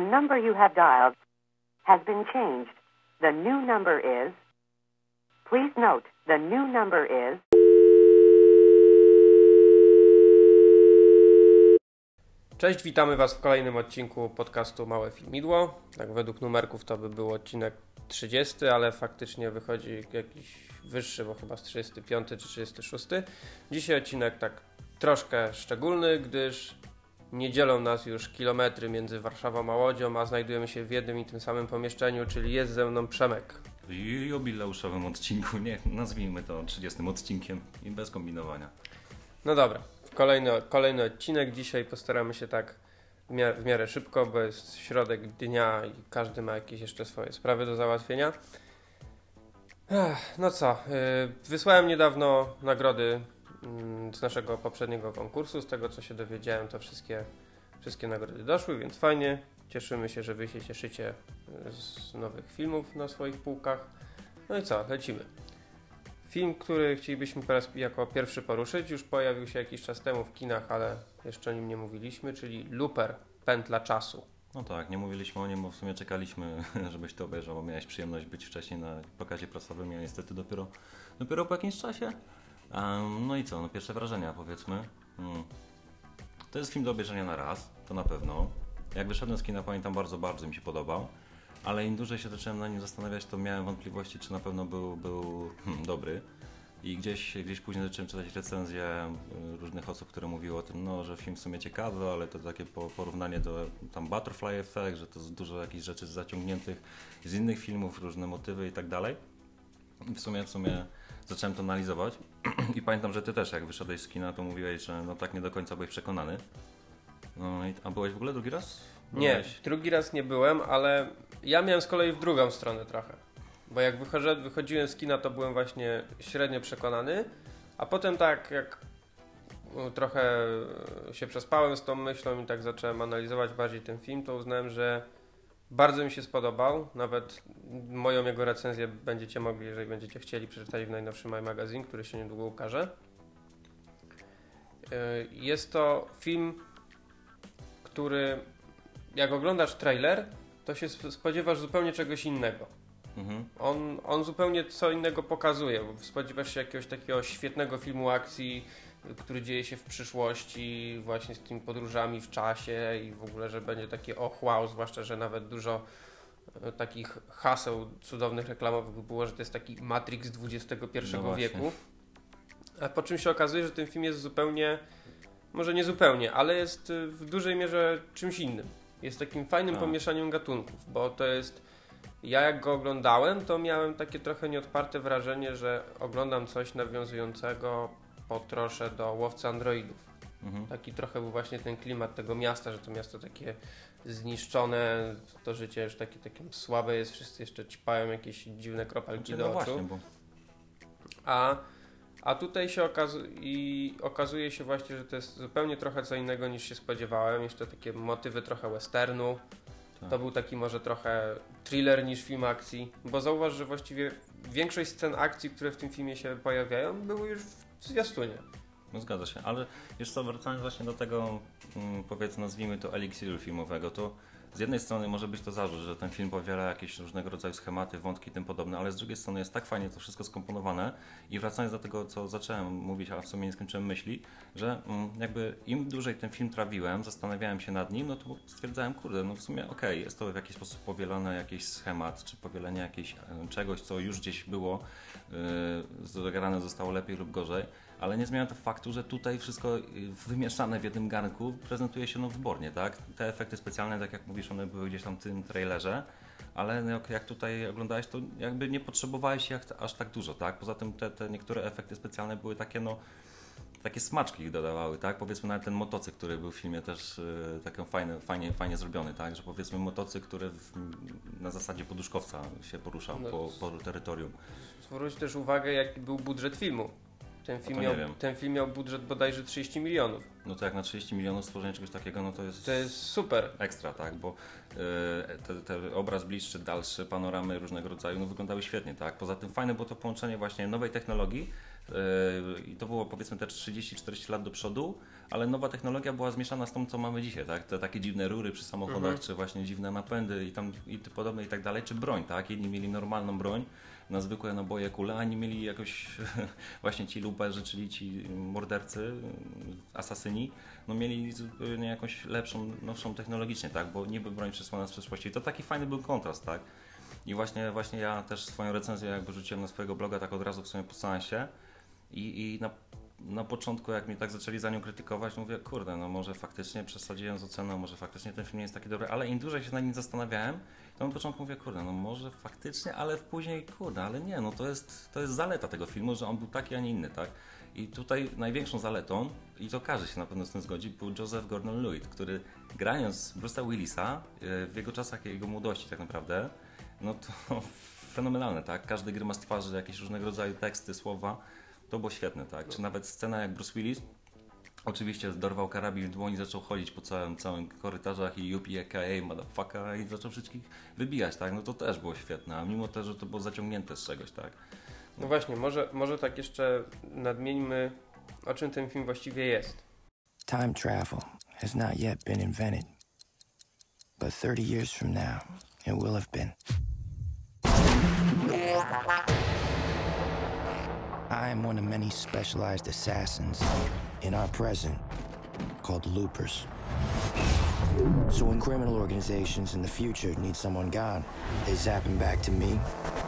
number you have dialed has been changed. The new number is... Please note, the new number is... Cześć, witamy Was w kolejnym odcinku podcastu Małe Filmidło. Tak według numerków to by był odcinek 30, ale faktycznie wychodzi jakiś wyższy, bo chyba z 35 czy 36. Dzisiaj odcinek tak troszkę szczególny, gdyż nie dzielą nas już kilometry między Warszawą a Łodzią, a znajdujemy się w jednym i tym samym pomieszczeniu, czyli jest ze mną Przemek. W jubileuszowym odcinku, nie, nazwijmy to 30 odcinkiem i bez kombinowania. No dobra, kolejny odcinek. Dzisiaj postaramy się tak w miarę szybko, bo jest środek dnia i każdy ma jakieś jeszcze swoje sprawy do załatwienia. No co, wysłałem niedawno nagrody z naszego poprzedniego konkursu. Z tego co się dowiedziałem, to wszystkie nagrody doszły, więc fajnie. Cieszymy się, że Wy się cieszycie z nowych filmów na swoich półkach. No i co, lecimy. Film, który chcielibyśmy teraz jako pierwszy poruszyć, już pojawił się jakiś czas temu w kinach, ale jeszcze o nim nie mówiliśmy, czyli Looper, Pętla Czasu. No tak, nie mówiliśmy o nim, bo w sumie czekaliśmy, żebyś to obejrzał, bo miałeś przyjemność być wcześniej na pokazie prasowym, ja niestety dopiero po jakimś czasie. No i co, no pierwsze wrażenia powiedzmy. To jest film do obejrzenia na raz, to na pewno. Jak wyszedłem z kina, pamiętam, bardzo mi się podobał, ale im dłużej się zacząłem na nim zastanawiać, to miałem wątpliwości, czy na pewno był dobry. I gdzieś później zacząłem czytać recenzje różnych osób, które mówiły o tym, no, że film w sumie ciekawy, ale to takie porównanie do tam Butterfly Effect, że to dużo jakichś rzeczy zaciągniętych z innych filmów, różne motywy i tak dalej. I w sumie zacząłem to analizować i pamiętam, że ty też jak wyszedłeś z kina, to mówiłeś, że no tak nie do końca byłeś przekonany. No a byłeś w ogóle drugi raz? Nie, drugi raz nie byłem, ale ja miałem z kolei w drugą stronę trochę. Bo jak wychodziłem z kina, to byłem właśnie średnio przekonany, a potem tak jak trochę się przespałem z tą myślą i tak zacząłem analizować bardziej ten film, to uznałem, że bardzo mi się spodobał. Nawet moją jego recenzję będziecie mogli, jeżeli będziecie chcieli, przeczytać w najnowszym My Magazine, który się niedługo ukaże. Jest to film, który jak oglądasz trailer, to się spodziewasz zupełnie czegoś innego. On zupełnie co innego pokazuje, bo spodziewasz się jakiegoś takiego świetnego filmu akcji, który dzieje się w przyszłości, właśnie z tymi podróżami w czasie i w ogóle, że będzie takie wow, zwłaszcza, że nawet dużo takich haseł cudownych reklamowych było, że to jest taki Matrix XXI wieku. A po czym się okazuje, że ten film jest zupełnie, może nie zupełnie, ale jest w dużej mierze czymś innym. Jest takim fajnym pomieszaniem gatunków, bo to jest... Ja jak go oglądałem, to miałem takie trochę nieodparte wrażenie, że oglądam coś nawiązującego po trosze do Łowcy Androidów. Taki trochę był właśnie ten klimat tego miasta, że to miasto takie zniszczone, to życie już takie słabe jest, wszyscy jeszcze ćpają jakieś dziwne kropelki do oczu. Właśnie, bo... A tutaj się okazuje się właśnie, że to jest zupełnie trochę co innego niż się spodziewałem. Jeszcze takie motywy trochę westernu. To był taki może trochę thriller niż film akcji, bo zauważ, że właściwie większość scen akcji, które w tym filmie się pojawiają, były już w zwiastunie. No zgadza się, ale wiesz co, wracając właśnie do tego, powiedzmy, nazwijmy to eliksiru filmowego, to z jednej strony może być to zarzut, że ten film powiela jakieś różnego rodzaju schematy, wątki i tym podobne, ale z drugiej strony jest tak fajnie to wszystko skomponowane i wracając do tego, co zacząłem mówić, a w sumie nie skończyłem myśli, że jakby im dłużej ten film trawiłem, zastanawiałem się nad nim, no to stwierdzałem, kurde, no w sumie okej, jest to w jakiś sposób powielone jakiś schemat, czy powielenie jakiegoś czegoś, co już gdzieś było, zagrane zostało lepiej lub gorzej, ale nie zmienia to faktu, że tutaj wszystko wymieszane w jednym garnku prezentuje się wybornie, tak? Te efekty specjalne, tak jak mówisz, one były gdzieś tam w tym trailerze, ale jak tutaj oglądałeś, to jakby nie potrzebowałeś ich aż tak dużo, tak? Poza tym te niektóre efekty specjalne były takie, takie smaczki ich dodawały, tak? Powiedzmy nawet ten motocykl, który był w filmie też taki fajnie zrobiony, tak? Że powiedzmy motocykl, który na zasadzie poduszkowca się poruszał po terytorium. Zwróć też uwagę, jaki był budżet filmu. Ten film miał budżet bodajże 30 milionów. No to jak na 30 milionów stworzenie czegoś takiego, no to jest... To jest super. Ekstra, tak, bo ten obraz bliższy, dalszy, panoramy różnego rodzaju, no wyglądały świetnie, tak. Poza tym fajne było to połączenie właśnie nowej technologii i to było powiedzmy te 30-40 lat do przodu, ale nowa technologia była zmieszana z tą, co mamy dzisiaj, tak. Te takie dziwne rury przy samochodach, czy właśnie dziwne napędy i podobne i tak dalej, czy broń, tak. Jedni mieli normalną broń, na zwykłe naboje, kule, a nie mieli jakoś właśnie ci luperzy, czyli ci mordercy, asasyni, no mieli zupełnie jakąś lepszą, nowszą technologicznie, tak, bo niby broń przesłana z przeszłości. To taki fajny był kontrast, tak. I właśnie ja też swoją recenzję jakby rzuciłem na swojego bloga tak od razu w sumie po seansie i na początku jak mnie tak zaczęli za nią krytykować, mówię, kurde, no może faktycznie przesadziłem z oceną, może faktycznie ten film nie jest taki dobry, ale im dłużej się nad nim zastanawiałem, to na początku mówię, kurde, no może faktycznie, ale później, kurde, ale nie, no to jest zaleta tego filmu, że on był taki, a nie inny, tak? I tutaj największą zaletą, i to każdy się na pewno z tym zgodzi, był Joseph Gordon-Levitt, który grając Bruce'a Willisa w jego czasach, jego młodości tak naprawdę, no to fenomenalne, tak? Każdy grymas twarzy, jakieś różnego rodzaju teksty, słowa, to było świetne, tak? Czy nawet scena jak Bruce Willis oczywiście dorwał karabin w dłoni, zaczął chodzić po całym korytarzach i UPAKA, motherfucker i zaczął wszystkich wybijać, tak? No to też było świetne, a mimo to, że to było zaciągnięte z czegoś, tak? No właśnie, może tak jeszcze nadmieńmy, o czym ten film właściwie jest. Time travel has not yet been invented, but 30 years from now, it will have been. I am one of many specialized assassins in our present called loopers. So when criminal organizations in the future need someone gone, they zap him back to me,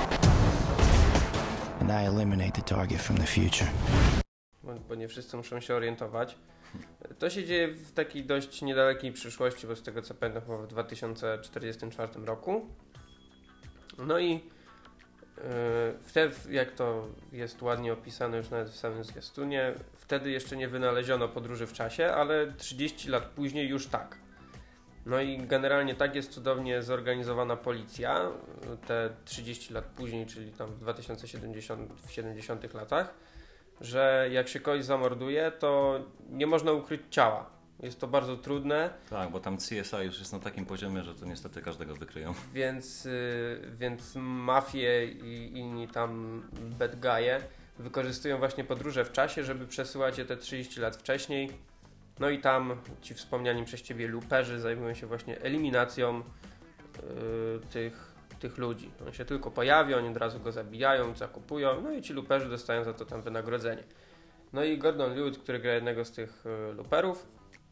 and I eliminate the target from the future. Bo nie wszyscy muszą się orientować. To się dzieje w takiej dość niedalekiej przyszłości, bo z tego co pamiętam chyba w 2044 roku. No i wtedy, jak to jest ładnie opisane już nawet w samym zwiastunie, wtedy jeszcze nie wynaleziono podróży w czasie, ale 30 lat później już tak. No i generalnie tak jest cudownie zorganizowana policja, te 30 lat później, czyli tam w 70 latach, że jak się kogoś zamorduje, to nie można ukryć ciała. Jest to bardzo trudne. Tak, bo tam CSI już jest na takim poziomie, że to niestety każdego wykryją. Więc mafie i inni tam bad guy'e wykorzystują właśnie podróże w czasie, żeby przesyłać je te 30 lat wcześniej. No i tam ci wspomniani przez Ciebie luperzy zajmują się właśnie eliminacją tych ludzi. On się tylko pojawia, oni od razu go zabijają, zakupują, no i ci luperzy dostają za to tam wynagrodzenie. No i Gordon Levitt, który gra jednego z tych luperów,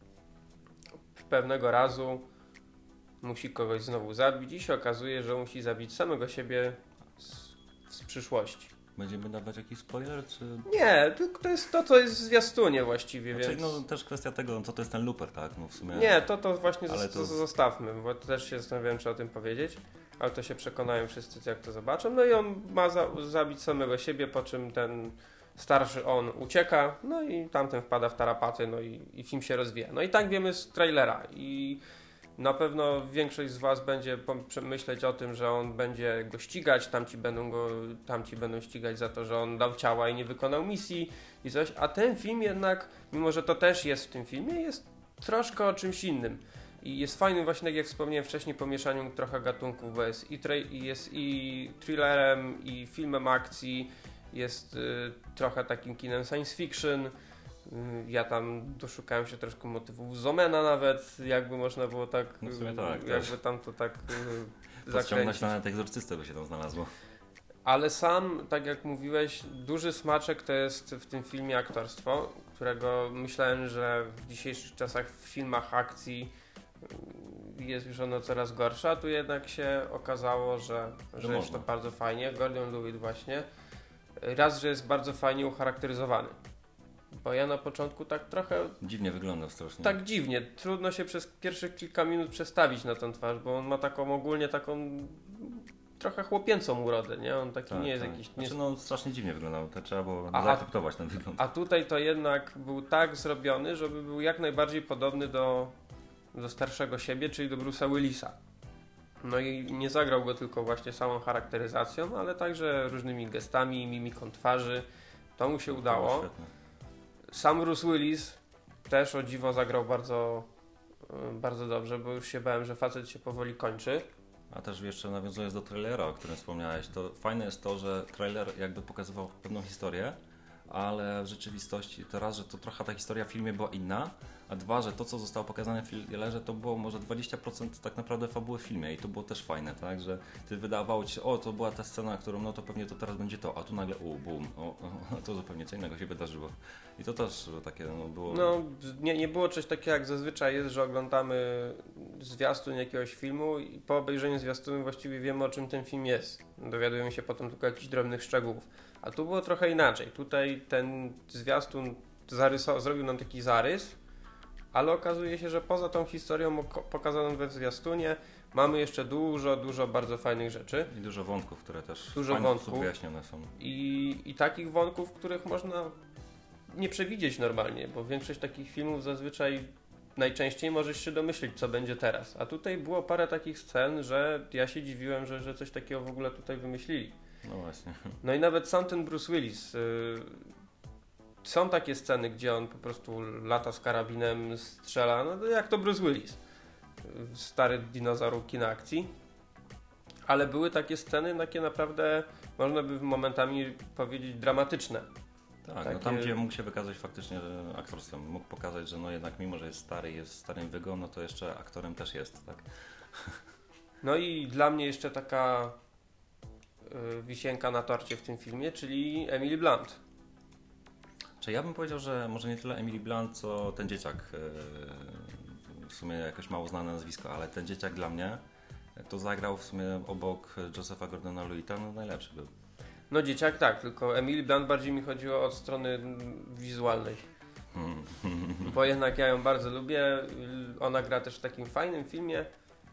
pewnego razu musi kogoś znowu zabić i się okazuje, że musi zabić samego siebie z przyszłości. Będziemy dawać jakiś spoiler, czy... Nie, to jest to, co jest w zwiastunie właściwie, znaczy, więc... no też kwestia tego, co to jest ten looper, tak? No w sumie... Nie, to właśnie zostawmy, bo też się zastanawiałem, czy o tym powiedzieć, ale to się przekonają wszyscy, jak to zobaczą. No i on ma zabić samego siebie, po czym ten starszy on ucieka, no i tamten wpada w tarapaty, no i film się rozwija. No i tak wiemy z trailera i na pewno większość z Was będzie myśleć o tym, że on będzie go ścigać, tamci będą ścigać za to, że on dał ciała i nie wykonał misji i coś, a ten film jednak, mimo że to też jest w tym filmie, jest troszkę o czymś innym. I jest fajnym właśnie, tak jak wspomniałem wcześniej, pomieszaniu trochę gatunków, bo jest i thrillerem, i filmem akcji, jest trochę takim kinem science fiction. Ja tam doszukałem się troszkę motywów z Omena nawet, jakby można było tak, no w sumie tak jakby też. Tam to tak zakręcić. Nawet egzorcystę by się tam znalazło. Ale sam, tak jak mówiłeś, duży smaczek to jest w tym filmie aktorstwo, którego myślałem, że w dzisiejszych czasach w filmach akcji jest już ono coraz gorsze, a tu jednak się okazało, że jest to bardzo fajnie. Gordon Levitt właśnie. Raz, że jest bardzo fajnie ucharakteryzowany. Bo ja na początku tak trochę... Dziwnie wyglądał strasznie. Tak dziwnie. Trudno się przez pierwszych kilka minut przestawić na tą twarz, bo on ma ogólnie taką trochę chłopięcą urodę, nie? On taki nie jest jakiś... Znaczy, no strasznie dziwnie wyglądał. To trzeba było zaakceptować ten wygląd. A tutaj to jednak był tak zrobiony, żeby był jak najbardziej podobny do starszego siebie, czyli do Bruce'a Willisa. No i nie zagrał go tylko właśnie samą charakteryzacją, ale także różnymi gestami, mimiką twarzy. To mu się To udało. było świetne. Sam Bruce Willis też o dziwo zagrał bardzo, bardzo dobrze, bo już się bałem, że facet się powoli kończy. A też jeszcze nawiązując do trailera, o którym wspomniałeś, to fajne jest to, że trailer jakby pokazywał pewną historię, ale w rzeczywistości to raz, że to trochę ta historia w filmie była inna, a dwa, że to co zostało pokazane w trailerze to było może 20% tak naprawdę fabuły w filmie i to było też fajne, tak, że ty wydawało ci się, o to była ta scena, którą no to pewnie to teraz będzie to, a tu nagle boom, to zupełnie co innego się wydarzyło. I to też takie no, było... No, nie było czegoś takiego jak zazwyczaj jest, że oglądamy zwiastun jakiegoś filmu i po obejrzeniu zwiastunu właściwie wiemy, o czym ten film jest. Dowiadujemy się potem tylko jakichś drobnych szczegółów. A tu było trochę inaczej. Tutaj ten zwiastun zrobił nam taki zarys, ale okazuje się, że poza tą historią pokazaną we zwiastunie mamy jeszcze dużo bardzo fajnych rzeczy. I dużo wątków, które też w Dużo fajny wątków. sposób wyjaśnione są. I takich wątków, których można nie przewidzieć normalnie, bo większość takich filmów zazwyczaj najczęściej możesz się domyślić, co będzie teraz. A tutaj było parę takich scen, że ja się dziwiłem, że coś takiego w ogóle tutaj wymyślili. No właśnie. No i nawet sam ten Bruce Willis. Są takie sceny, gdzie on po prostu lata z karabinem, strzela, no to jak to Bruce Willis. Stary dinozaur kina akcji. Ale były takie sceny, takie naprawdę, można by momentami powiedzieć, dramatyczne. Tak, Takie... no tam gdzie mógł się wykazać faktycznie aktorstwem, mógł pokazać, że no jednak mimo, że jest stary, jest starym wygą, no to jeszcze aktorem też jest, tak? No i dla mnie jeszcze taka wisienka na torcie w tym filmie, czyli Emily Blunt. Czy ja bym powiedział, że może nie tyle Emily Blunt, co ten dzieciak, w sumie jakoś mało znane nazwisko, ale ten dzieciak dla mnie to zagrał w sumie obok Josepha Gordona-Lewitta, no najlepszy był. No dzieciak tak, tylko Emily Blunt bardziej mi chodziło od strony wizualnej. Bo jednak ja ją bardzo lubię. Ona gra też w takim fajnym filmie.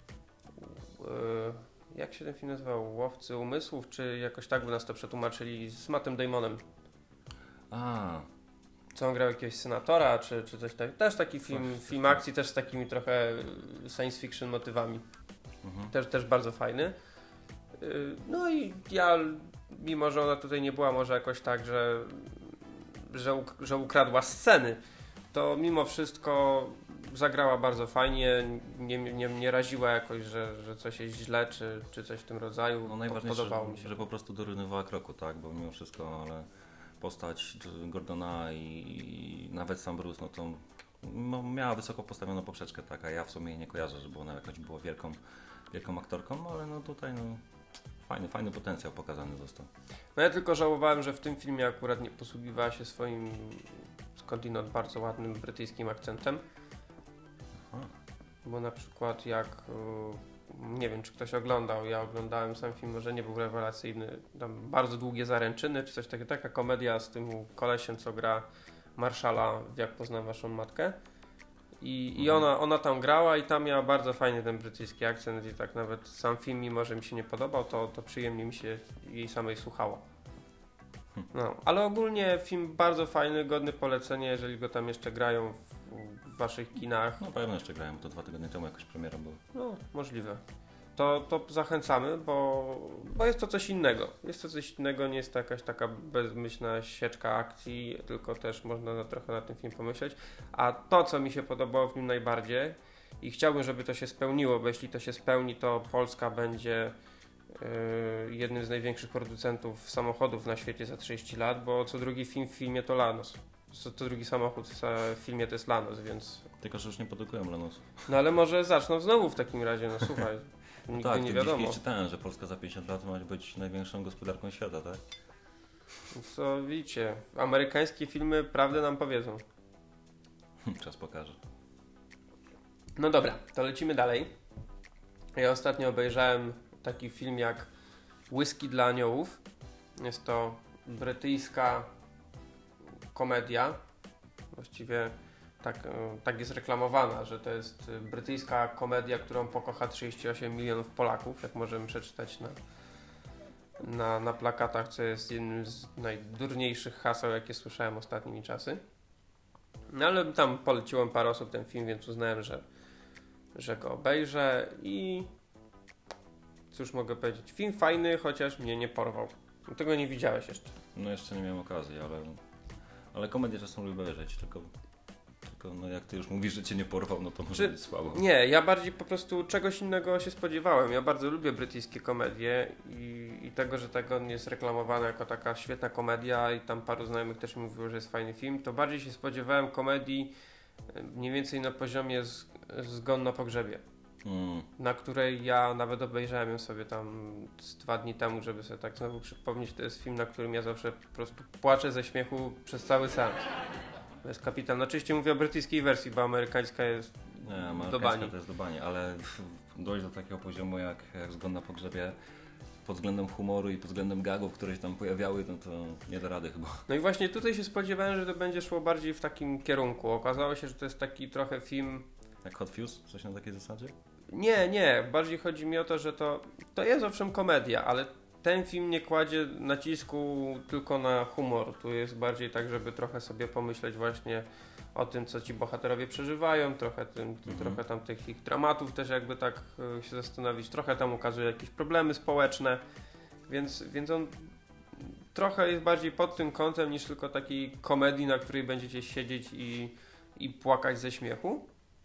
Jak się ten film nazywał? Łowcy umysłów, czy jakoś tak by nas to przetłumaczyli, z Mattem Damonem. A, Co on grał, jakiegoś senatora, czy coś takiego. Też taki film akcji, też z takimi trochę science fiction motywami. Też bardzo fajny. No i ja, mimo że ona tutaj nie była może jakoś tak, że ukradła sceny, to mimo wszystko zagrała bardzo fajnie, nie raziła jakoś, że coś jest źle, czy coś w tym rodzaju. no najważniejsze, Podobało mi się. że po prostu dorównywała kroku, tak, bo mimo wszystko, ale postać Gordona i nawet sam Bruce, no to no, miała wysoko postawioną poprzeczkę, tak, a ja w sumie jej nie kojarzę, żeby ona jakoś była wielką aktorką, ale no tutaj no, fajny potencjał pokazany został. No ja tylko żałowałem, że w tym filmie akurat nie posługiwała się swoim skądinąd bardzo ładnym brytyjskim akcentem. Aha. Bo na przykład jak, nie wiem czy ktoś oglądał, ja oglądałem sam film, może nie był rewelacyjny, tam bardzo długie zaręczyny, czy coś takiego, taka komedia z tym kolesiem, co gra Marszala w Jak poznam waszą matkę. I ona tam grała i tam miała bardzo fajny ten brytyjski akcent i tak nawet sam film, mimo że mi się nie podobał, to przyjemnie mi się jej samej słuchało. No, ale ogólnie film bardzo fajny, godny polecenia, jeżeli go tam jeszcze grają w waszych kinach. No pewno jeszcze grałem, to 2 tygodnie temu jakoś premiera była. No, możliwe. To zachęcamy, bo jest to coś innego. Jest to coś innego, nie jest to jakaś taka bezmyślna sieczka akcji, tylko też można trochę na tym film pomyśleć. A to, co mi się podobało w nim najbardziej i chciałbym, żeby to się spełniło, bo jeśli to się spełni, to Polska będzie jednym z największych producentów samochodów na świecie za 30 lat, bo co drugi film w filmie to Lanos. Co drugi samochód w filmie to jest Lanos, więc... Tylko, że już nie produkują Lanosów. No ale może zaczną znowu w takim razie, no słuchaj. Nigdy tak, nie wiadomo. Dziś czytałem, że Polska za 50 lat ma być największą gospodarką świata, tak? Co widzicie, amerykańskie filmy prawdę nam powiedzą. Czas pokaże. No dobra, to lecimy dalej. Ja ostatnio obejrzałem taki film jak Whisky dla aniołów. Jest to brytyjska komedia. Właściwie tak jest reklamowana, że to jest brytyjska komedia, którą pokocha 38 milionów Polaków, jak możemy przeczytać na plakatach, co jest jednym z najdurniejszych haseł, jakie słyszałem ostatnimi czasy. No ale tam poleciłem parę osób ten film, więc uznałem, że go obejrzę i cóż mogę powiedzieć, film fajny, chociaż mnie nie porwał. Tego nie widziałeś jeszcze. No jeszcze nie miałem okazji, ale komedię czasem lubię obejrzeć, tylko no jak ty już mówisz, że cię nie porwał, no to może być słabo. Nie, ja bardziej po prostu czegoś innego się spodziewałem. Ja bardzo lubię brytyjskie komedie i tego, że tego jest reklamowane jako taka świetna komedia i tam paru znajomych też mi mówiło, że jest fajny film, to bardziej się spodziewałem komedii mniej więcej na poziomie Zgon na pogrzebie. Na której ja nawet obejrzałem ją sobie tam z 2 dni temu, żeby sobie tak znowu przypomnieć. To jest film, na którym ja zawsze po prostu płaczę ze śmiechu przez cały seans. To jest kapitan. No oczywiście mówię o brytyjskiej wersji, bo amerykańska jest do bani. To jest do bani, ale dojść do takiego poziomu jak Zgon na pogrzebie pod względem humoru i pod względem gagów, które się tam pojawiały, no to nie da rady chyba. No i właśnie tutaj się spodziewałem, że to będzie szło bardziej w takim kierunku. Okazało się, że to jest taki trochę film... Jak Hot Fuzz? Coś na takiej zasadzie? Nie. Bardziej chodzi mi o to, że to jest owszem komedia, ale ten film nie kładzie nacisku tylko na humor. Tu jest bardziej tak, żeby trochę sobie pomyśleć właśnie o tym, co ci bohaterowie przeżywają, trochę tam tych ich dramatów też jakby tak się zastanowić. Trochę tam ukazuje jakieś problemy społeczne, więc on trochę jest bardziej pod tym kątem niż tylko takiej komedii, na której będziecie siedzieć i płakać ze śmiechu.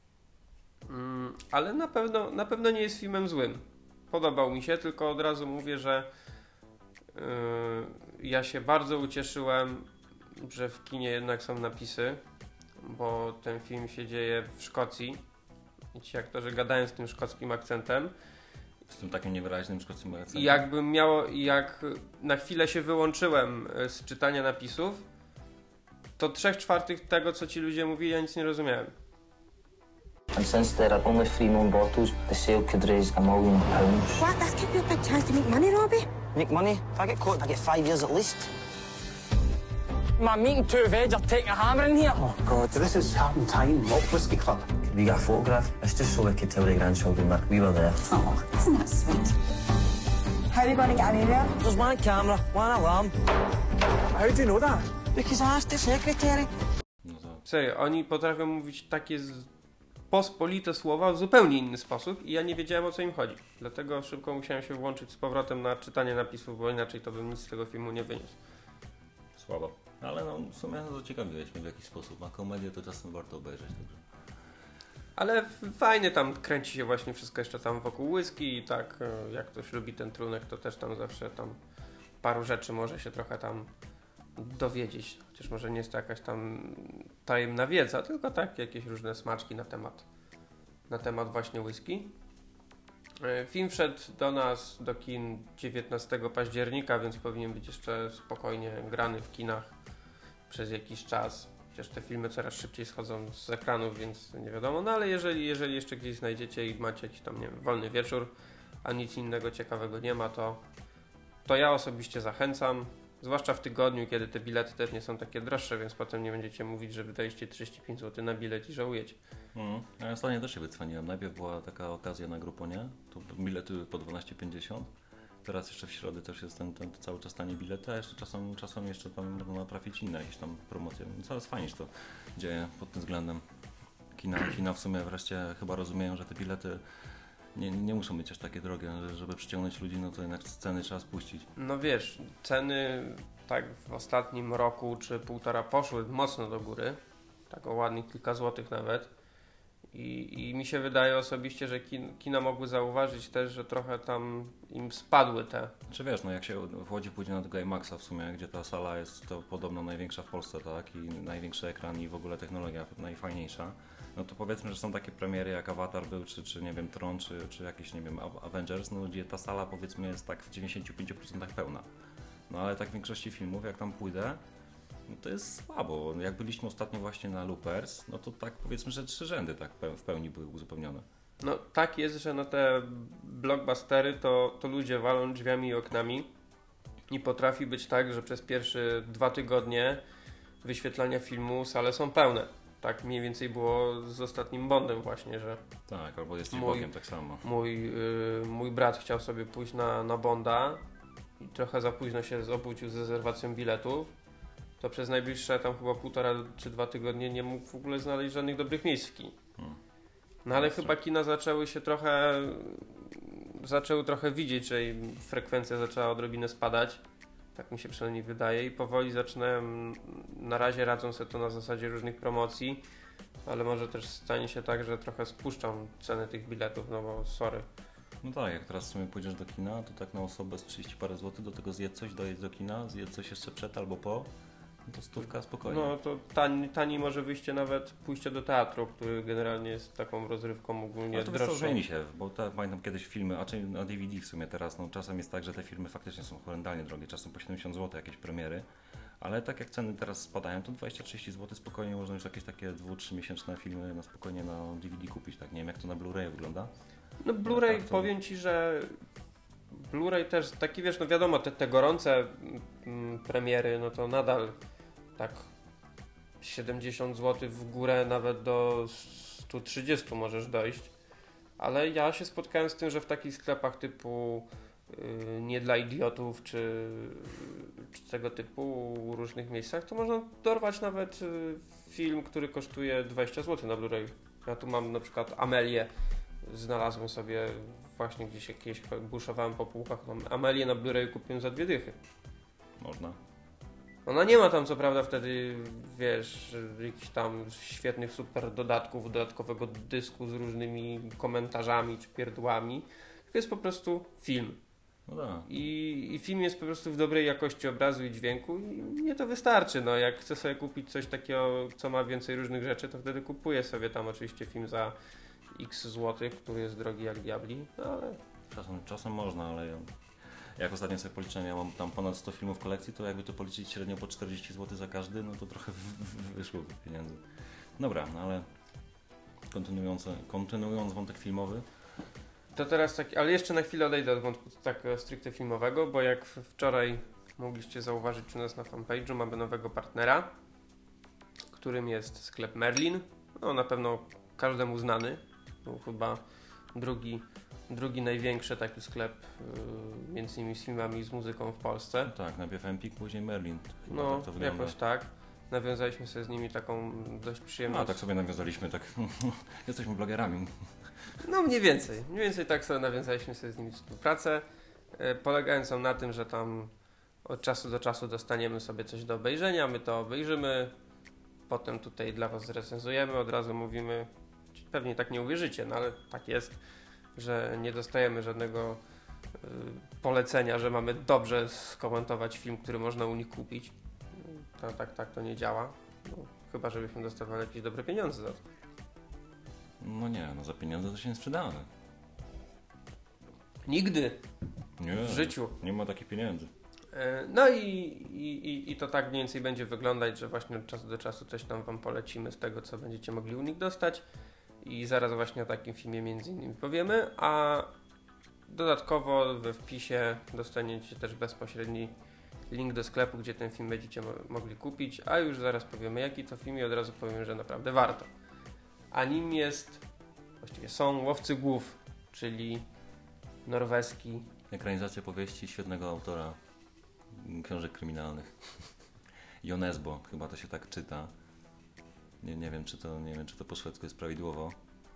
Ale na pewno nie jest filmem złym. Podobał mi się, tylko od razu mówię, że ja się bardzo ucieszyłem, że w kinie jednak są napisy, bo ten film się dzieje w Szkocji i ci aktorzy gadają z tym szkockim akcentem. Z tym takim niewyraźnym szkockim akcentem. I jak na chwilę się wyłączyłem z czytania napisów, to 3/4 tego, co ci ludzie mówili, ja nic nie rozumiałem. And since there are only 3 known bottles, the sale could raise £1 million. What? This could be a big chance to make money, Robbie. Make money? If I get caught, I get 5 years at least. Man, meeting 2 veg are taking a hammer in here. Oh, God. This is Captain Time, Malt Whisky Club. We got a photograph. It's just so we could tell the grandchildren that we were there. Oh, isn't that sweet? How are we going to get in there? There's 1 camera, 1 alarm. How do you know that? Because I asked the secretary. Serio, oni potrafią mówić takie pospolite słowa w zupełnie inny sposób i ja nie wiedziałem, o co im chodzi. Dlatego szybko musiałem się włączyć z powrotem na czytanie napisów, bo inaczej to bym nic z tego filmu nie wyniósł. Słabo. Ale no w sumie zaciekawiłeś mnie w jakiś sposób. A komedię to czasem warto obejrzeć. Także. Ale fajnie tam kręci się właśnie wszystko jeszcze tam wokół whisky i tak jak ktoś lubi ten trunek, to też tam zawsze tam paru rzeczy może się trochę tam dowiedzieć. Chociaż może nie jest to jakaś tam tajemna wiedza, tylko tak jakieś różne smaczki na temat właśnie whisky. Film wszedł do nas do kin 19 października, więc powinien być jeszcze spokojnie grany w kinach przez jakiś czas. Chociaż te filmy coraz szybciej schodzą z ekranów, więc nie wiadomo. No ale jeżeli jeszcze gdzieś znajdziecie i macie jakiś tam, nie wiem, wolny wieczór, a nic innego ciekawego nie ma, to ja osobiście zachęcam. Zwłaszcza w tygodniu, kiedy te bilety też nie są takie droższe, więc potem nie będziecie mówić, że wydaliście 35 zł na bilet i żałujecie. Ja ostatnio też się wycwaniłem. Najpierw była taka okazja na Grouponie, to bilety po 12,50. Teraz jeszcze w środę też jest ten cały czas tanie bilety, a jeszcze czasem jeszcze tam można trafić inne jakieś tam promocje. No coraz fajnie się to dzieje pod tym względem. Kina w sumie wreszcie chyba rozumieją, że te bilety nie muszą być aż takie drogie, żeby przyciągnąć ludzi, no to jednak ceny trzeba spuścić. No wiesz, ceny tak w ostatnim roku czy półtora poszły mocno do góry, tak o ładnych kilka złotych nawet i mi się wydaje osobiście, że kina mogły zauważyć też, że trochę tam im spadły te. Czy wiesz, no jak się w Łodzi pójdzie na tego IMAXa w sumie, gdzie ta sala jest to podobno największa w Polsce, tak, i największy ekran i w ogóle technologia najfajniejsza, no to powiedzmy, że są takie premiery jak Avatar był, czy nie wiem, Tron, czy jakieś, nie wiem, Avengers, no gdzie ta sala powiedzmy jest tak w 95% pełna. No ale tak w większości filmów, jak tam pójdę, no to jest słabo. Jak byliśmy ostatnio właśnie na Loopers, no to tak powiedzmy, że 3 rzędy tak w pełni były uzupełnione. No tak jest, że na te blockbustery to ludzie walą drzwiami i oknami i potrafi być tak, że przez pierwsze 2 tygodnie wyświetlania filmu sale są pełne. Tak mniej więcej było z ostatnim Bondem właśnie, że... Tak, albo Jesteś Bogiem tak samo. Mój brat chciał sobie pójść na Bonda i trochę za późno się obudził z rezerwacją biletów. To przez najbliższe tam chyba 1,5 czy 2 tygodnie nie mógł w ogóle znaleźć żadnych dobrych miejsc w kinie. No ale chyba kina zaczęły trochę widzieć, że im frekwencja zaczęła odrobinę spadać Tak mi się przynajmniej wydaje i powoli zaczynałem, na razie radzą sobie to na zasadzie różnych promocji, ale może też stanie się tak, że trochę spuszczam ceny tych biletów, no bo sorry. No tak, jak teraz w sumie pójdziesz do kina, to tak na osobę z 30 parę złotych, do tego zjedz coś, dojedź do kina, zjedz coś jeszcze przed albo po, no to 100 spokojnie. No to taniej może wyjście nawet pójście do teatru, który generalnie jest taką rozrywką ogólnie ale to droższą. zmieni się, bo pamiętam kiedyś filmy, a czy na DVD w sumie teraz, no czasem jest tak, że te filmy faktycznie są horrendalnie drogie, czasem po 70 zł jakieś premiery, ale tak jak ceny teraz spadają, to 20-30 zł spokojnie można już jakieś takie 2-3 miesięczne filmy na spokojnie na DVD kupić, tak? Nie wiem jak to na Blu-ray wygląda. No Blu-ray, tak, to... powiem Ci, że Blu-ray też taki, wiesz, no wiadomo, te gorące premiery, no to nadal tak 70 zł w górę, nawet do 130 możesz dojść, ale ja się spotkałem z tym, że w takich sklepach typu Nie dla idiotów, czy tego typu różnych miejscach, to można dorwać nawet film, który kosztuje 20 zł na Blu-ray. Ja tu mam na przykład Amelię, znalazłem sobie właśnie gdzieś jakieś buszowałem po półkach, Amelię na Blu-ray kupiłem za 2 dychy. Można. Ona nie ma tam co prawda wtedy, wiesz, jakichś tam świetnych super dodatków, dodatkowego dysku z różnymi komentarzami czy pierdłami, tylko jest po prostu film. No tak. I film jest po prostu w dobrej jakości obrazu i dźwięku i mnie to wystarczy. No, jak chcę sobie kupić coś takiego, co ma więcej różnych rzeczy, to wtedy kupuję sobie tam oczywiście film za x złotych, który jest drogi jak diabli, no ale... Czasem można, ale jak ostatnio sobie policzyłem, ja mam tam ponad 100 filmów w kolekcji, to jakby to policzyć średnio po 40 zł za każdy, no to trochę wyszło pieniędzy. Dobra, no ale kontynuując wątek filmowy. To teraz tak, ale jeszcze na chwilę odejdę od wątku tak stricte filmowego, bo jak wczoraj mogliście zauważyć u nas na fanpage'u, mamy nowego partnera, którym jest sklep Merlin. No na pewno każdemu znany, to chyba drugi największy taki sklep między innymi z filmami i z muzyką w Polsce. No tak, najpierw Empik, później Merlin. Chyba no, tak to wygląda. jakoś tak. Nawiązaliśmy sobie z nimi taką dość przyjemną... A tak sobie nawiązaliśmy, tak jesteśmy blogerami. No mniej więcej tak sobie nawiązaliśmy sobie z nimi współpracę, polegającą na tym, że tam od czasu do czasu dostaniemy sobie coś do obejrzenia, my to obejrzymy, potem tutaj dla Was zrecenzujemy, od razu mówimy, pewnie tak nie uwierzycie, no ale tak jest, że nie dostajemy żadnego polecenia, że mamy dobrze skomentować film, który można u nich kupić. Tak to nie działa, no, chyba żebyśmy dostawali jakieś dobre pieniądze za to. No nie, no za pieniądze to się nie sprzedamy. Nigdy. Nie, w życiu. Nie ma takich pieniędzy. No i to tak mniej więcej będzie wyglądać, że właśnie od czasu do czasu coś tam Wam polecimy z tego, co będziecie mogli u nich dostać i zaraz właśnie o takim filmie między innymi powiemy, a dodatkowo we wpisie dostaniecie też bezpośredni link do sklepu, gdzie ten film będziecie mogli kupić, a już zaraz powiemy jaki to film i od razu powiem, że naprawdę warto. A nim jest, właściwie są Łowcy Głów, czyli norweski. Ekranizacja powieści świetnego autora książek kryminalnych. Jo Nesbø, chyba to się tak czyta. Nie wiem, czy to po szwedzku jest prawidłowo.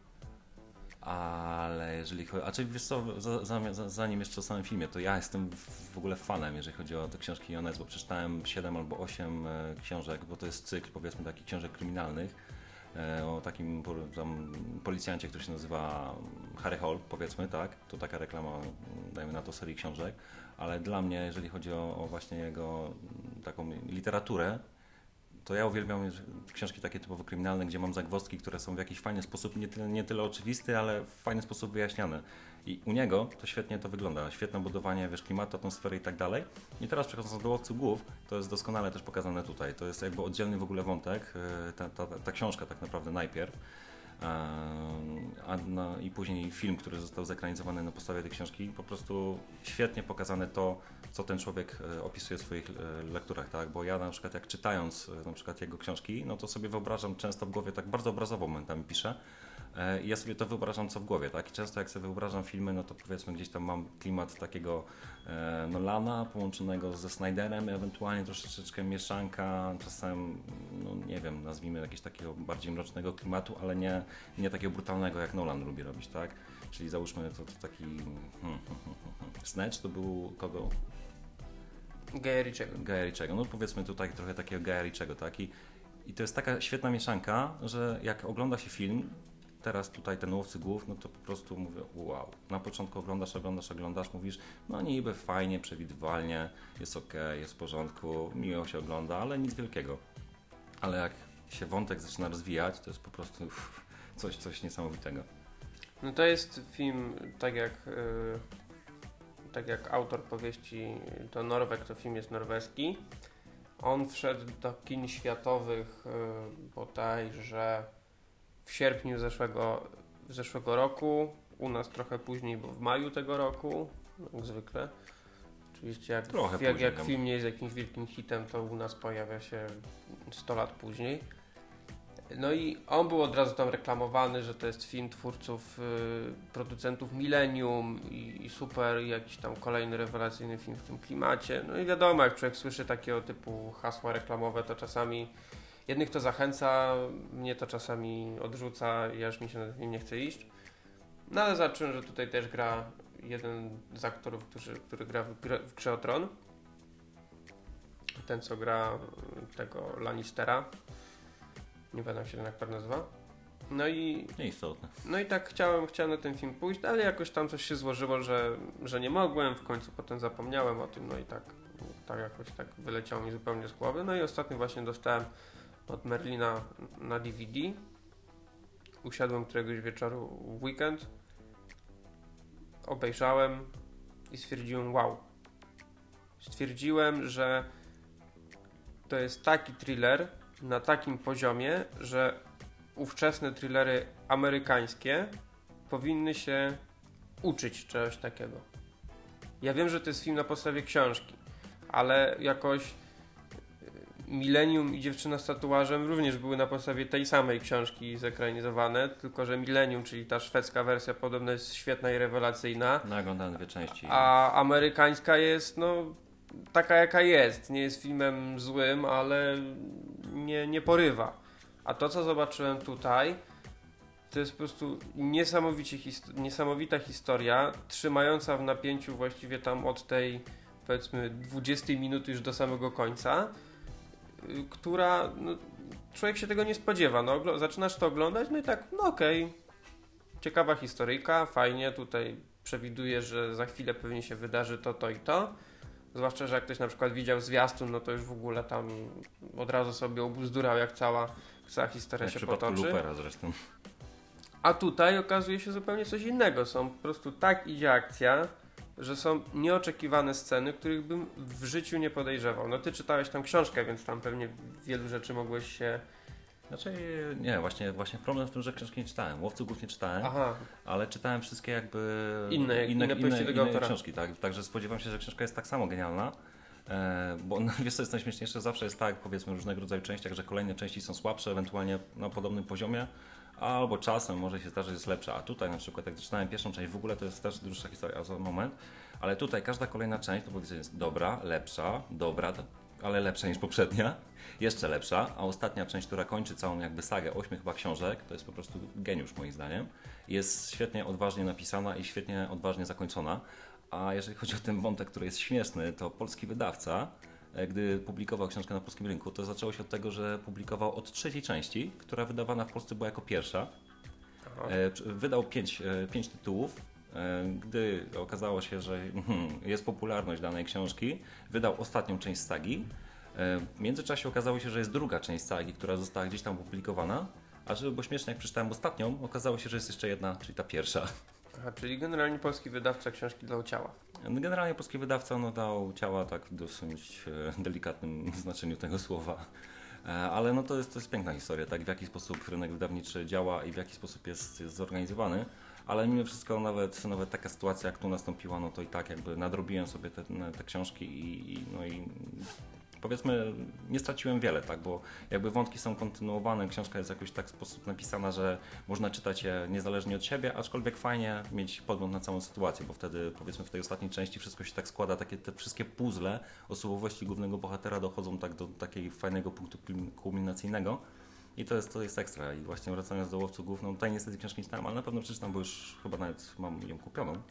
Ale jeżeli chodzi... A czy wiesz co, zanim jeszcze o samym filmie, to ja jestem w ogóle fanem, jeżeli chodzi o te książki Jo Nesbø. Przeczytałem 7 albo 8 książek, bo to jest cykl, powiedzmy, takich książek kryminalnych. O takim tam policjancie, który się nazywa Harry Hole, powiedzmy, tak? To taka reklama, dajmy na to, serii książek. Ale dla mnie, jeżeli chodzi o właśnie jego taką literaturę, to ja uwielbiam książki takie typowo kryminalne, gdzie mam zagwozdki, które są w jakiś fajny sposób, nie tyle oczywisty, ale w fajny sposób wyjaśniane. I u niego to świetnie to wygląda. Świetne budowanie, wiesz, klimatu, atmosfery i tak dalej. I teraz przechodząc do Łowców Głów, to jest doskonale też pokazane tutaj. To jest jakby oddzielny w ogóle wątek, ta książka tak naprawdę najpierw. I później film, który został zekranizowany na podstawie tej książki, po prostu świetnie pokazane to, co ten człowiek opisuje w swoich lekturach, tak? Bo ja na przykład jak czytając na przykład jego książki, no to sobie wyobrażam często w głowie, tak bardzo obrazowo momentami piszę, i ja sobie to wyobrażam co w głowie, tak? I często jak sobie wyobrażam filmy, no to powiedzmy gdzieś tam mam klimat takiego Nolana połączonego ze Snyderem, ewentualnie troszeczkę mieszanka, czasem, no nie wiem, nazwijmy jakiegoś takiego bardziej mrocznego klimatu, ale nie takiego brutalnego jak Nolan lubi robić, tak? Czyli załóżmy to taki Snatch to był kogo? Guya Ritchiego. No powiedzmy tutaj trochę takiego Guya Ritchiego, tak? I to jest taka świetna mieszanka, że jak ogląda się film, teraz tutaj ten Łowcy Głów, no to po prostu mówię wow. Na początku oglądasz, mówisz, no niby fajnie, przewidywalnie, jest okej, jest w porządku, miło się ogląda, ale nic wielkiego. Ale jak się wątek zaczyna rozwijać, to jest po prostu coś niesamowitego. No to jest film, tak jak autor powieści to Norweg, to film jest norweski. On wszedł do kin światowych bodajże w sierpniu zeszłego roku, u nas trochę później, bo w maju tego roku, jak zwykle. Oczywiście jak film nie jest jakimś wielkim hitem, to u nas pojawia się 100 lat później. No i on był od razu tam reklamowany, że to jest film twórców, producentów Millennium i super, jakiś tam kolejny rewelacyjny film w tym klimacie. No i wiadomo, jak człowiek słyszy takiego typu hasła reklamowe, to czasami jednych to zachęca, mnie to czasami odrzuca i aż mi się na ten film nie chce iść. No ale zobaczyłem, że tutaj też gra jeden z aktorów, który gra w Grze o Tron. Ten, co gra tego Lannistera. Nie pamiętam się ten aktor nazywa. Nieistotne. No i tak chciałem na ten film pójść, ale jakoś tam coś się złożyło, że nie mogłem. W końcu potem zapomniałem o tym, no i tak jakoś tak wyleciało mi zupełnie z głowy. No i ostatnio właśnie dostałem od Merlina na DVD. Usiadłem któregoś wieczoru w weekend. Obejrzałem i stwierdziłem wow. Stwierdziłem, że to jest taki thriller na takim poziomie, że ówczesne thrillery amerykańskie powinny się uczyć czegoś takiego. Ja wiem, że to jest film na podstawie książki, ale jakoś Millennium i Dziewczyna z tatuażem również były na podstawie tej samej książki zekranizowane, tylko że Millennium, czyli ta szwedzka wersja, podobno jest świetna i rewelacyjna. No, oglądałem 2 części. A amerykańska jest, no, taka jaka jest. Nie jest filmem złym, ale nie porywa. A to, co zobaczyłem tutaj, to jest po prostu niesamowita historia, trzymająca w napięciu właściwie tam od tej, powiedzmy, 20 minuty już do samego końca, która, no, człowiek się tego nie spodziewa. No, zaczynasz to oglądać, no i tak, no okej, ciekawa historyjka, fajnie, tutaj przewiduje, że za chwilę pewnie się wydarzy to i to. Zwłaszcza, że jak ktoś na przykład widział zwiastun, no to już w ogóle tam od razu sobie obuzdurał, jak cała historia się potoczy. W przypadku Loopera zresztą. A tutaj okazuje się zupełnie coś innego. Są po prostu tak idzie akcja, że są nieoczekiwane sceny, których bym w życiu nie podejrzewał. No ty czytałeś tam książkę, więc tam pewnie wielu rzeczy mogłeś się... Znaczy nie, właśnie problem w tym, że książki nie czytałem. Łowców Głów nie czytałem, ale czytałem wszystkie jakby inne książki, tak? Także spodziewam się, że książka jest tak samo genialna. Bo no, wiesz co jest najśmieszniejsze? Zawsze jest tak, powiedzmy w różnego rodzaju częściach, że kolejne części są słabsze, ewentualnie na podobnym poziomie, albo czasem może się zdarzyć, że jest lepsza. A tutaj na przykład jak zaczynałem pierwszą część, w ogóle to jest też dłuższa historia za moment, ale tutaj każda kolejna część to powiedzmy jest dobra, lepsza, dobra, ale lepsza niż poprzednia, jeszcze lepsza, a ostatnia część, która kończy całą jakby sagę 8 chyba książek, to jest po prostu geniusz moim zdaniem. Jest świetnie odważnie napisana i świetnie odważnie zakończona. A jeżeli chodzi o ten wątek, który jest śmieszny, to polski wydawca, gdy publikował książkę na polskim rynku, to zaczęło się od tego, że publikował od 3. części, która wydawana w Polsce była jako pierwsza. Wydał 5 tytułów. Gdy okazało się, że jest popularność danej książki, wydał ostatnią część sagi. W międzyczasie okazało się, że jest druga część sagi, która została gdzieś tam opublikowana, a żeby było śmiesznie, jak przeczytałem ostatnią, okazało się, że jest jeszcze jedna, czyli ta pierwsza. Aha, czyli generalnie polski wydawca książki dał ciała. Generalnie polski wydawca dał ciała tak w dosyć delikatnym znaczeniu tego słowa. Ale no to jest piękna historia, tak w jaki sposób rynek wydawniczy działa i w jaki sposób jest zorganizowany. Ale mimo wszystko nawet taka sytuacja, jak tu nastąpiła, no to i tak jakby nadrobiłem sobie te książki i powiedzmy nie straciłem wiele, tak, bo jakby wątki są kontynuowane, książka jest jakoś tak w sposób napisana, że można czytać je niezależnie od siebie, aczkolwiek fajnie mieć podgląd na całą sytuację, bo wtedy powiedzmy w tej ostatniej części wszystko się tak składa, te wszystkie puzzle osobowości głównego bohatera dochodzą tak do takiego fajnego punktu kulminacyjnego. I to jest ekstra. I właśnie wracając do Łowców Głów, no tutaj niestety książki nie czytałem, ale na pewno przeczytam, bo już chyba nawet mam ją kupioną.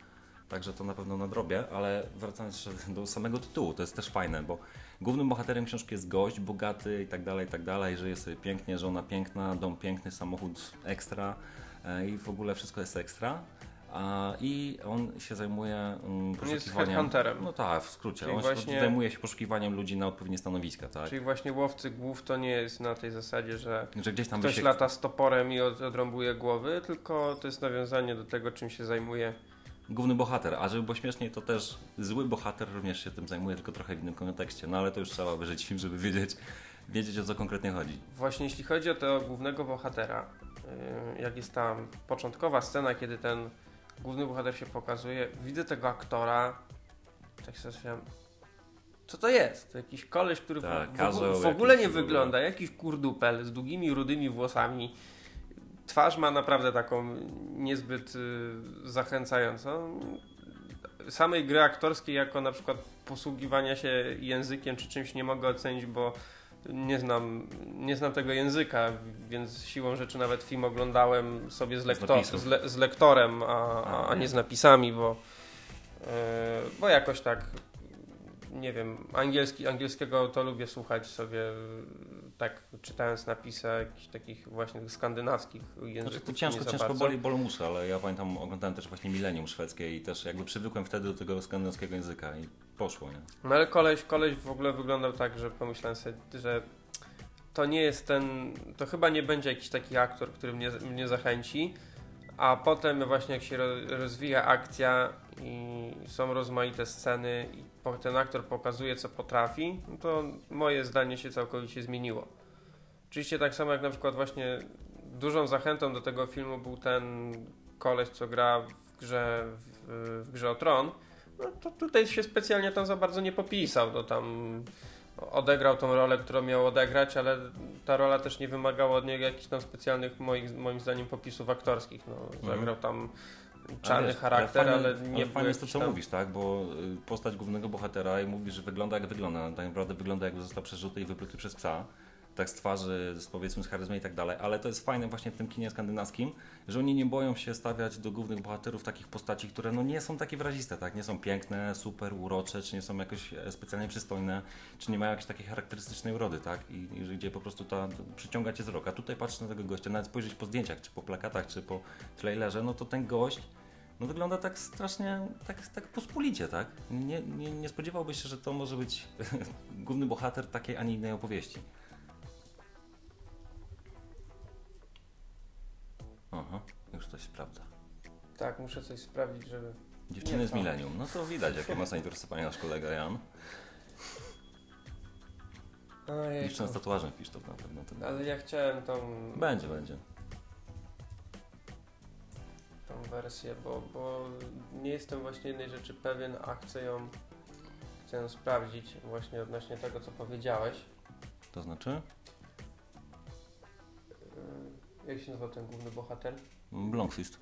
także to na pewno nadrobię, ale wracając jeszcze do samego tytułu, to jest też fajne, bo głównym bohaterem książki jest gość, bogaty i tak dalej, żyje sobie pięknie, żona piękna, dom piękny, samochód ekstra i w ogóle wszystko jest ekstra. I on się zajmuje poszukiwaniem... Jest headhunterem. No tak, w skrócie. Czyli On właśnie... zajmuje się poszukiwaniem ludzi na odpowiednie stanowiska, tak? Czyli właśnie łowcy głów to nie jest na tej zasadzie, że gdzieś tam ktoś lata z toporem i odrąbuje głowy, tylko to jest nawiązanie do tego, czym się zajmuje główny bohater. A żeby było śmieszniej, to też zły bohater również się tym zajmuje, tylko trochę w innym kontekście. No ale to już trzeba obejrzeć film, żeby wiedzieć o co konkretnie chodzi. Właśnie jeśli chodzi o tego głównego bohatera, jak jest ta początkowa scena, kiedy ten główny bohater się pokazuje, widzę tego aktora, tak sobie myślałem, co to jest? To jakiś koleś, który w ogóle nie wygląda, jakiś kurdupel z długimi, rudymi włosami. Twarz ma naprawdę taką niezbyt zachęcającą. Samej gry aktorskiej, jako na przykład posługiwania się językiem czy czymś nie mogę ocenić, bo nie znam tego języka, więc siłą rzeczy nawet film oglądałem sobie z lektorem, a nie z napisami, bo jakoś tak, nie wiem, angielskiego to lubię słuchać sobie tak czytając napisy jakichś takich właśnie skandynawskich języków. Znaczy, to ciężko bolą uszy, ale ja pamiętam, oglądałem też właśnie Millennium szwedzkie i też jakby przywykłem wtedy do tego skandynawskiego języka i poszło, nie? No ale koleś w ogóle wyglądał tak, że pomyślałem sobie, że to nie jest to chyba nie będzie jakiś taki aktor, który mnie zachęci, a potem właśnie jak się rozwija akcja i są rozmaite sceny i ten aktor pokazuje, co potrafi, no to moje zdanie się całkowicie zmieniło. Oczywiście tak samo jak na przykład właśnie dużą zachętą do tego filmu był ten koleś, co gra w grze o Tron, no to tutaj się specjalnie tam za bardzo nie popisał, to tam odegrał tą rolę, którą miał odegrać, ale ta rola też nie wymagała od niego jakichś tam specjalnych, moim zdaniem, popisów aktorski. No, zagrał tam czarny charakter, ale nie było. Fajne jest to, co mówisz, tak? Bo postać głównego bohatera i mówisz, że wygląda jak wygląda. Tak naprawdę wygląda, jakby został przerzuty i wypluty przez psa. Tak z twarzy, powiedzmy z charyzmy i tak dalej, ale to jest fajne właśnie w tym kinie skandynawskim, że oni nie boją się stawiać do głównych bohaterów takich postaci, które no nie są takie wyraziste, tak? Nie są piękne, super urocze, czy nie są jakoś specjalnie przystojne, czy nie mają jakiejś takiej charakterystycznej urody, tak? I gdzie po prostu przyciąga cię wzrok. A tutaj patrz na tego gościa, nawet spojrzeć po zdjęciach, czy po plakatach, czy po trailerze, no to ten gość no wygląda tak strasznie, tak pospolicie, tak? Nie spodziewałbyś się, że to może być główny bohater takiej, a nie innej opowieści. Aha, już coś sprawdza. Tak, muszę coś sprawdzić, żeby... Dziewczyny z Millennium. No to widać, jakie ma zainteresowanie nasz kolega Jan. Dziewczyna z tatuażem wpisz to na pewno. Ale ja chciałem tą... Będzie. Tą wersję, bo nie jestem właśnie jednej rzeczy pewien, a chcę ją sprawdzić właśnie odnośnie tego, co powiedziałeś. To znaczy? Jak się nazywa ten główny bohater? Blomqvist.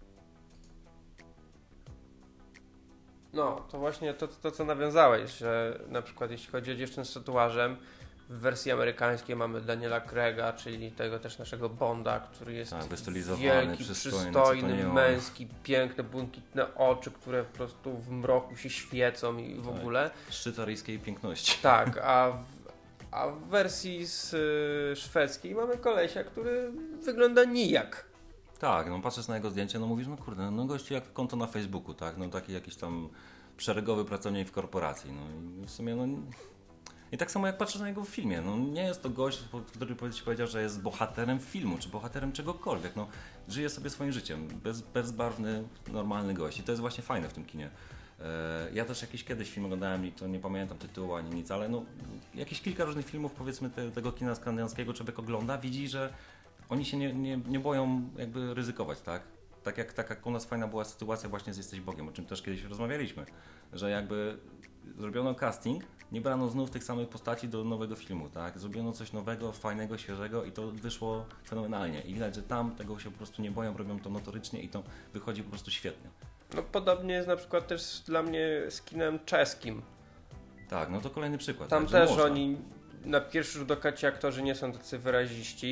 No, to właśnie to, co nawiązałeś, że na przykład jeśli chodzi o dziewczyn z tatuażem, w wersji amerykańskiej mamy Daniela Craiga, czyli tego też naszego Bonda, który jest wielki, przystojny, męski, piękne, błękitne oczy, które po prostu w mroku się świecą i w ogóle. Szczyt aryjskiej piękności. Tak, a w wersji szwedzkiej mamy kolesia, który wygląda nijak. Tak, no patrzysz na jego zdjęcie, no mówisz, no kurde, no gościu jak konto na Facebooku, tak, no taki jakiś tam szeregowy pracownik w korporacji, no i w sumie, no i tak samo jak patrzysz na jego w filmie, no nie jest to gość, który ci powiedział, że jest bohaterem filmu, czy bohaterem czegokolwiek, no żyje sobie swoim życiem, bezbarwny, normalny gość i to jest właśnie fajne w tym kinie. Ja też jakiś kiedyś film oglądałem i to nie pamiętam tytułu ani nic, ale no jakieś kilka różnych filmów, powiedzmy tego kina skandynawskiego człowiek ogląda, widzi, że oni się nie boją jakby ryzykować, tak? Tak jak u nas fajna była sytuacja właśnie z Jesteś Bogiem, o czym też kiedyś rozmawialiśmy, że jakby zrobiono casting, nie brano znów tych samych postaci do nowego filmu, tak? Zrobiono coś nowego, fajnego, świeżego i to wyszło fenomenalnie. I widać, że tam tego się po prostu nie boją, robią to notorycznie i to wychodzi po prostu świetnie. No podobnie jest na przykład też dla mnie z kinem czeskim. Tak, no to kolejny przykład. Tam też oni na pierwszy rzut oka ci aktorzy nie są tacy wyraziści.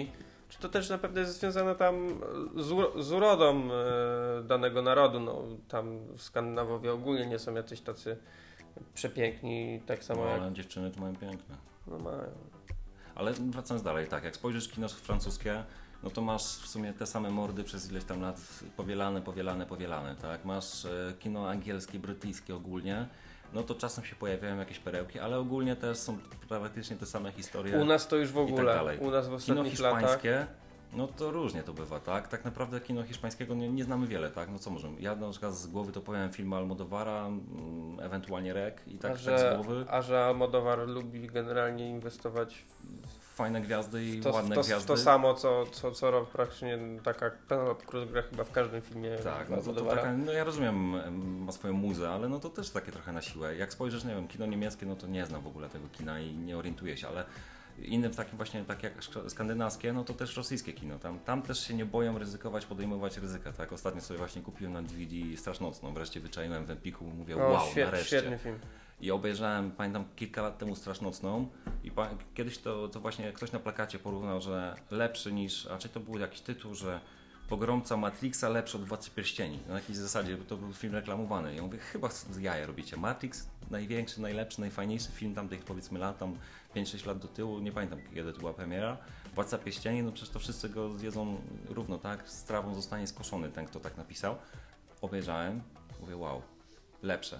czy to też naprawdę jest związane tam z urodą danego narodu. No, tam Skandynawowie ogólnie nie są jacyś tacy przepiękni, tak samo No, jak... ale dziewczyny to mają piękne. No mają. Ale wracając dalej, tak, jak spojrzysz kino francuskie, no to masz w sumie te same mordy przez ileś tam lat powielane, tak? Masz kino angielskie, brytyjskie ogólnie, no to czasem się pojawiają jakieś perełki, ale ogólnie też są praktycznie te same historie. U nas to już w ogóle, tak dalej. u nas w ostatnich kino hiszpańskie, latach... no to różnie to bywa, tak? Tak naprawdę kino hiszpańskiego nie znamy wiele, tak? No co możemy? Ja na przykład z głowy to powiem film Almodovara, ewentualnie Rek i tak, tak z głowy. A że Almodovar lubi generalnie inwestować fajne gwiazdy i w ładne gwiazdy. To samo, co robi praktycznie taka Penelope Cruz gra chyba w każdym filmie. Tak, no to taka, no ja rozumiem, ma swoją muzę, ale no to też takie trochę na siłę. Jak spojrzysz, nie wiem, kino niemieckie, no to nie znam w ogóle tego kina i nie orientuję się, ale inne takie właśnie, tak jak skandynawskie, no to też rosyjskie kino. Tam też się nie boją ryzykować, podejmować ryzyka, tak? Ostatnio sobie właśnie kupiłem na DVD Straż Nocną, wreszcie wyczaiłem w Empiku, mówię wow, nareszcie. Świetny film. I obejrzałem, pamiętam, kilka lat temu Straż Nocną i kiedyś to właśnie ktoś na plakacie porównał, że lepszy niż, raczej to był jakiś tytuł, że Pogromca Matrixa lepszy od Władcy Pierścieni. Na jakiejś zasadzie, bo to był film reklamowany. Ja mówię, chyba z jaja robicie. Matrix, największy, najlepszy, najfajniejszy film tamtych powiedzmy lat, tam 5-6 lat do tyłu, nie pamiętam kiedy to była premiera. Władca Pierścieni, no przecież to wszyscy go zjedzą równo, tak? Z trawą zostanie skoszony ten, kto tak napisał. Obejrzałem, mówię, wow, lepsze.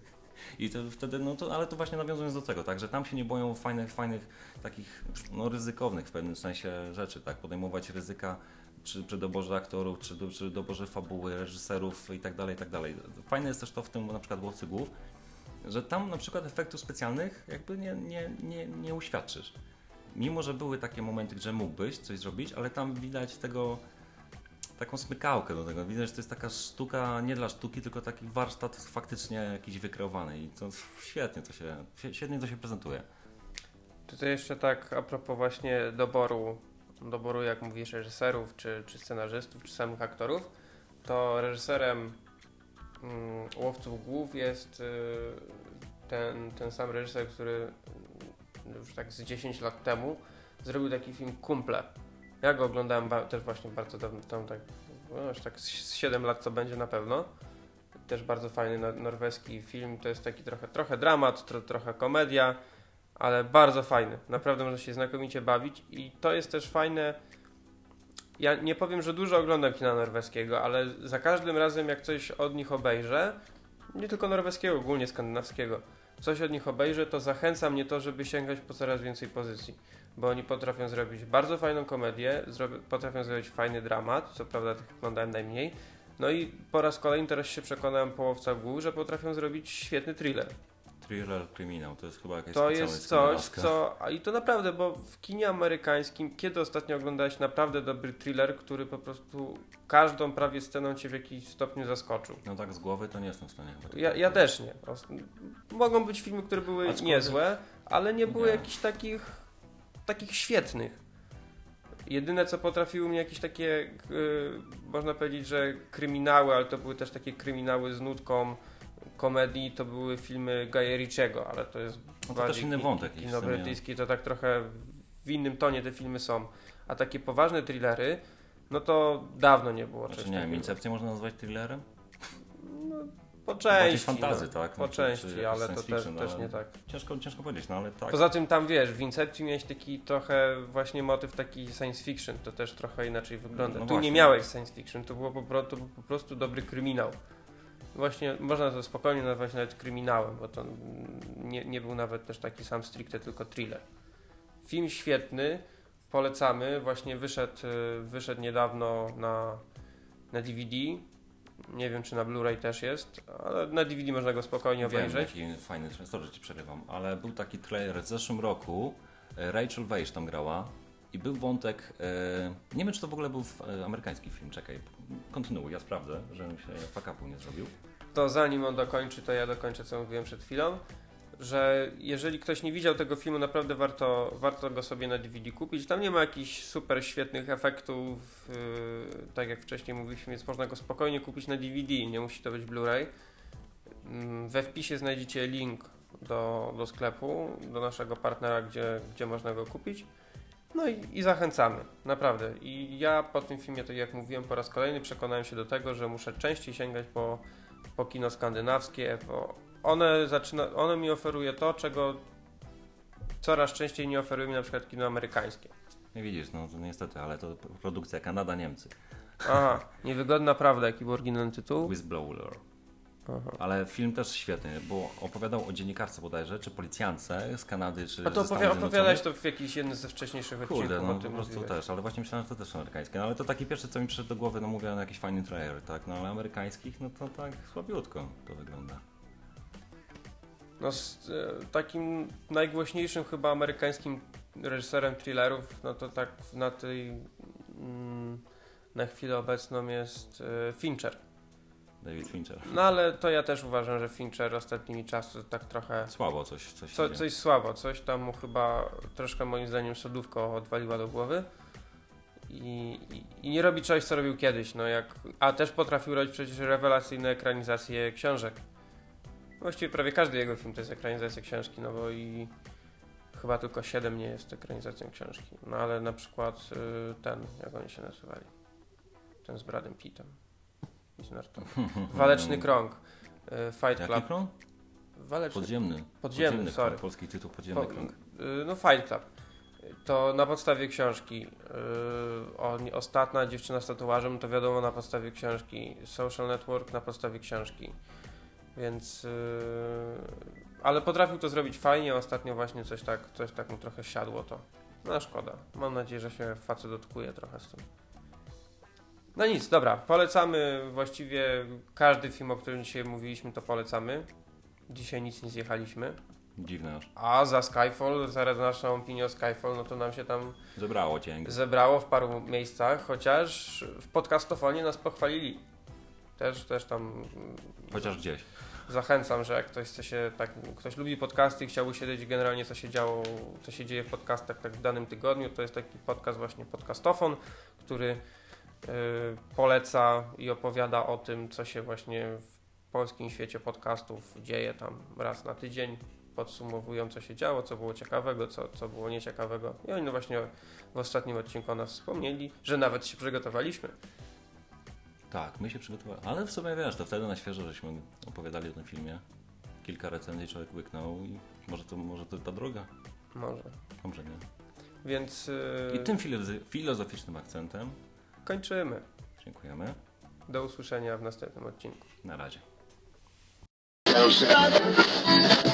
I to wtedy, no to, ale to właśnie nawiązując do tego, tak, że tam się nie boją fajnych takich, no ryzykownych w pewnym sensie rzeczy, tak, podejmować ryzyka przy doborze aktorów, czy doborze fabuły, reżyserów i tak dalej, i tak dalej. Fajne jest też to w tym na przykład Łowcy Głów, że tam na przykład efektów specjalnych jakby nie uświadczysz. Mimo, że były takie momenty, że mógłbyś coś zrobić, ale tam widać taką smykałkę do tego. Widać, że to jest taka sztuka, nie dla sztuki, tylko taki warsztat faktycznie jakiś wykreowany i to świetnie to się prezentuje. Tutaj jeszcze tak a propos właśnie doboru jak mówisz, reżyserów, czy scenarzystów, czy samych aktorów, to reżyserem Łowców Głów jest ten sam reżyser, który już tak z 10 lat temu zrobił taki film Kumple. Ja go oglądałem też właśnie bardzo dawno temu, tak, no już tak z 7 lat to będzie na pewno. Też bardzo fajny norweski film, to jest taki trochę dramat, trochę komedia, ale bardzo fajny. Naprawdę można się znakomicie bawić i to jest też fajne. Ja nie powiem, że dużo oglądam kina norweskiego, ale za każdym razem jak coś od nich obejrzę, nie tylko norweskiego, ogólnie skandynawskiego, coś od nich obejrzę, to zachęca mnie to, żeby sięgać po coraz więcej pozycji. Bo oni potrafią zrobić bardzo fajną komedię, potrafią zrobić fajny dramat, co prawda tych oglądałem najmniej. No i po raz kolejny teraz się przekonałem po Łowcach Głów, że potrafią zrobić świetny thriller. Thriller, kryminał, to jest chyba jakaś to jest coś, co... I to naprawdę, bo w kinie amerykańskim, kiedy ostatnio oglądałeś naprawdę dobry thriller, który po prostu każdą prawie sceną cię w jakiś stopniu zaskoczył? No tak z głowy to nie jestem w stanie chyba. Ja też nie. Mogą być filmy, które były niezłe, ale nie były jakichś takich świetnych. Jedyne co potrafiły mnie jakieś takie, można powiedzieć, że kryminały, ale to były też takie kryminały z nutką komedii, to były filmy Guya Ritchiego, ale to jest no to też inny wątek. Kino brytyjskie, to tak trochę w innym tonie te filmy są. A takie poważne thrillery, no to dawno nie było. Znaczy, nie wiem, Incepcję można nazwać thrillerem? No, po części. Fantazy, tak? Po części, ale to też nie tak. Ciężko powiedzieć, no ale tak. Poza tym tam wiesz, w Incepcji miałeś taki trochę właśnie motyw taki science fiction, to też trochę inaczej wygląda. No tu właśnie. nie miałeś science fiction, to był po prostu dobry kryminał. Właśnie można to spokojnie nazwać nawet kryminałem, bo to nie był nawet też taki sam stricte, tylko thriller. Film świetny, polecamy, właśnie wyszedł niedawno na DVD. Nie wiem, czy na Blu-ray też jest, ale na DVD można go spokojnie obejrzeć. Taki fajny, sorry, że ci przerywam, ale był taki trailer w zeszłym roku, Rachel Weisz tam grała i był wątek, nie wiem, czy to w ogóle był amerykański film, czekaj, kontynuuj, ja sprawdzę, żebym się fuck upu nie zrobił. To zanim on dokończy, to ja dokończę, co mówiłem przed chwilą, że jeżeli ktoś nie widział tego filmu, naprawdę warto go sobie na DVD kupić. Tam nie ma jakichś super świetnych efektów, tak jak wcześniej mówiliśmy, więc można go spokojnie kupić na DVD, nie musi to być Blu-ray. We wpisie znajdziecie link do sklepu, do naszego partnera, gdzie można go kupić. No i zachęcamy, naprawdę. I ja po tym filmie, tak jak mówiłem, po raz kolejny przekonałem się do tego, że muszę częściej sięgać po kino skandynawskie, bo one mi oferuje to, czego coraz częściej nie oferuje mi na przykład kino amerykańskie. Nie widzisz, no to niestety, ale to produkcja Kanada, Niemcy. Aha, Niewygodna prawda, jaki był oryginalny tytuł? Whistleblower. Aha. Ale film też świetny, bo opowiadał o dziennikarce bodajże, czy policjance z Kanady, czy A to ze Stanów opowiadałeś to w jakiś jeden ze wcześniejszych odcinków. Kurde, no o po tym prostu mówiłeś. też, ale właśnie myślałem, że to też amerykańskie. No ale to taki pierwszy, co mi przyszedł do głowy, no mówię, no jakiś fajny trailer, tak? No ale amerykańskich, no to tak słabiutko to wygląda. No takim najgłośniejszym chyba amerykańskim reżyserem thrillerów, no to tak na chwilę obecną jest Fincher. David Fincher. No ale to ja też uważam, że Fincher ostatnimi czasy tak trochę... Słabo Coś słabo, coś tam mu chyba troszkę moim zdaniem sodówko odwaliła do głowy i nie robi czegoś, co robił kiedyś, no a też potrafił robić przecież rewelacyjne ekranizacje książek. Właściwie prawie każdy jego film to jest ekranizacja książki, no bo i chyba tylko 7 nie jest ekranizacją książki. No ale na przykład ten, jak oni się nazywali? Ten z Bradem Pittem. I z Norton. Waleczny Krąg. Fight Club. Jaki krąg? Podziemny, sorry. Krąg, polski tytuł Podziemny Krąg. No Fight Club. To na podstawie książki. Ostatnia dziewczyna z tatuażem to wiadomo na podstawie książki. Social Network na podstawie książki. Więc... ale potrafił to zrobić fajnie. Ostatnio właśnie coś tak mu trochę siadło to. No szkoda. Mam nadzieję, że się facet dotkuje trochę z tym. No nic, dobra. Polecamy właściwie każdy film, o którym dzisiaj mówiliśmy, to polecamy. Dzisiaj nic nie zjechaliśmy. Dziwne aż. A za Skyfall, za naszą opinię o Skyfall, no to nam się tam zebrało w paru miejscach, chociaż w podcastofonie nas pochwalili. Też tam... Chociaż gdzieś. Zachęcam, że jak ktoś chce się ktoś lubi podcasty i chciałby się dowiedzieć generalnie co się dzieje w podcastach tak w danym tygodniu, to jest taki podcast właśnie Podcastofon, który poleca i opowiada o tym, co się właśnie w polskim świecie podcastów dzieje tam raz na tydzień. Podsumowują, co się działo, co było ciekawego, co było nieciekawego. I oni właśnie w ostatnim odcinku o nas wspomnieli, że nawet się przygotowaliśmy. Tak, my się przygotowaliśmy, ale w sumie wiesz, to wtedy na świeżo żeśmy opowiadali o tym filmie. Kilka recenzji człowiek łyknął i może to ta droga. Może nie. Więc... I tym filozoficznym akcentem kończymy. Dziękujemy. Do usłyszenia w następnym odcinku. Na razie.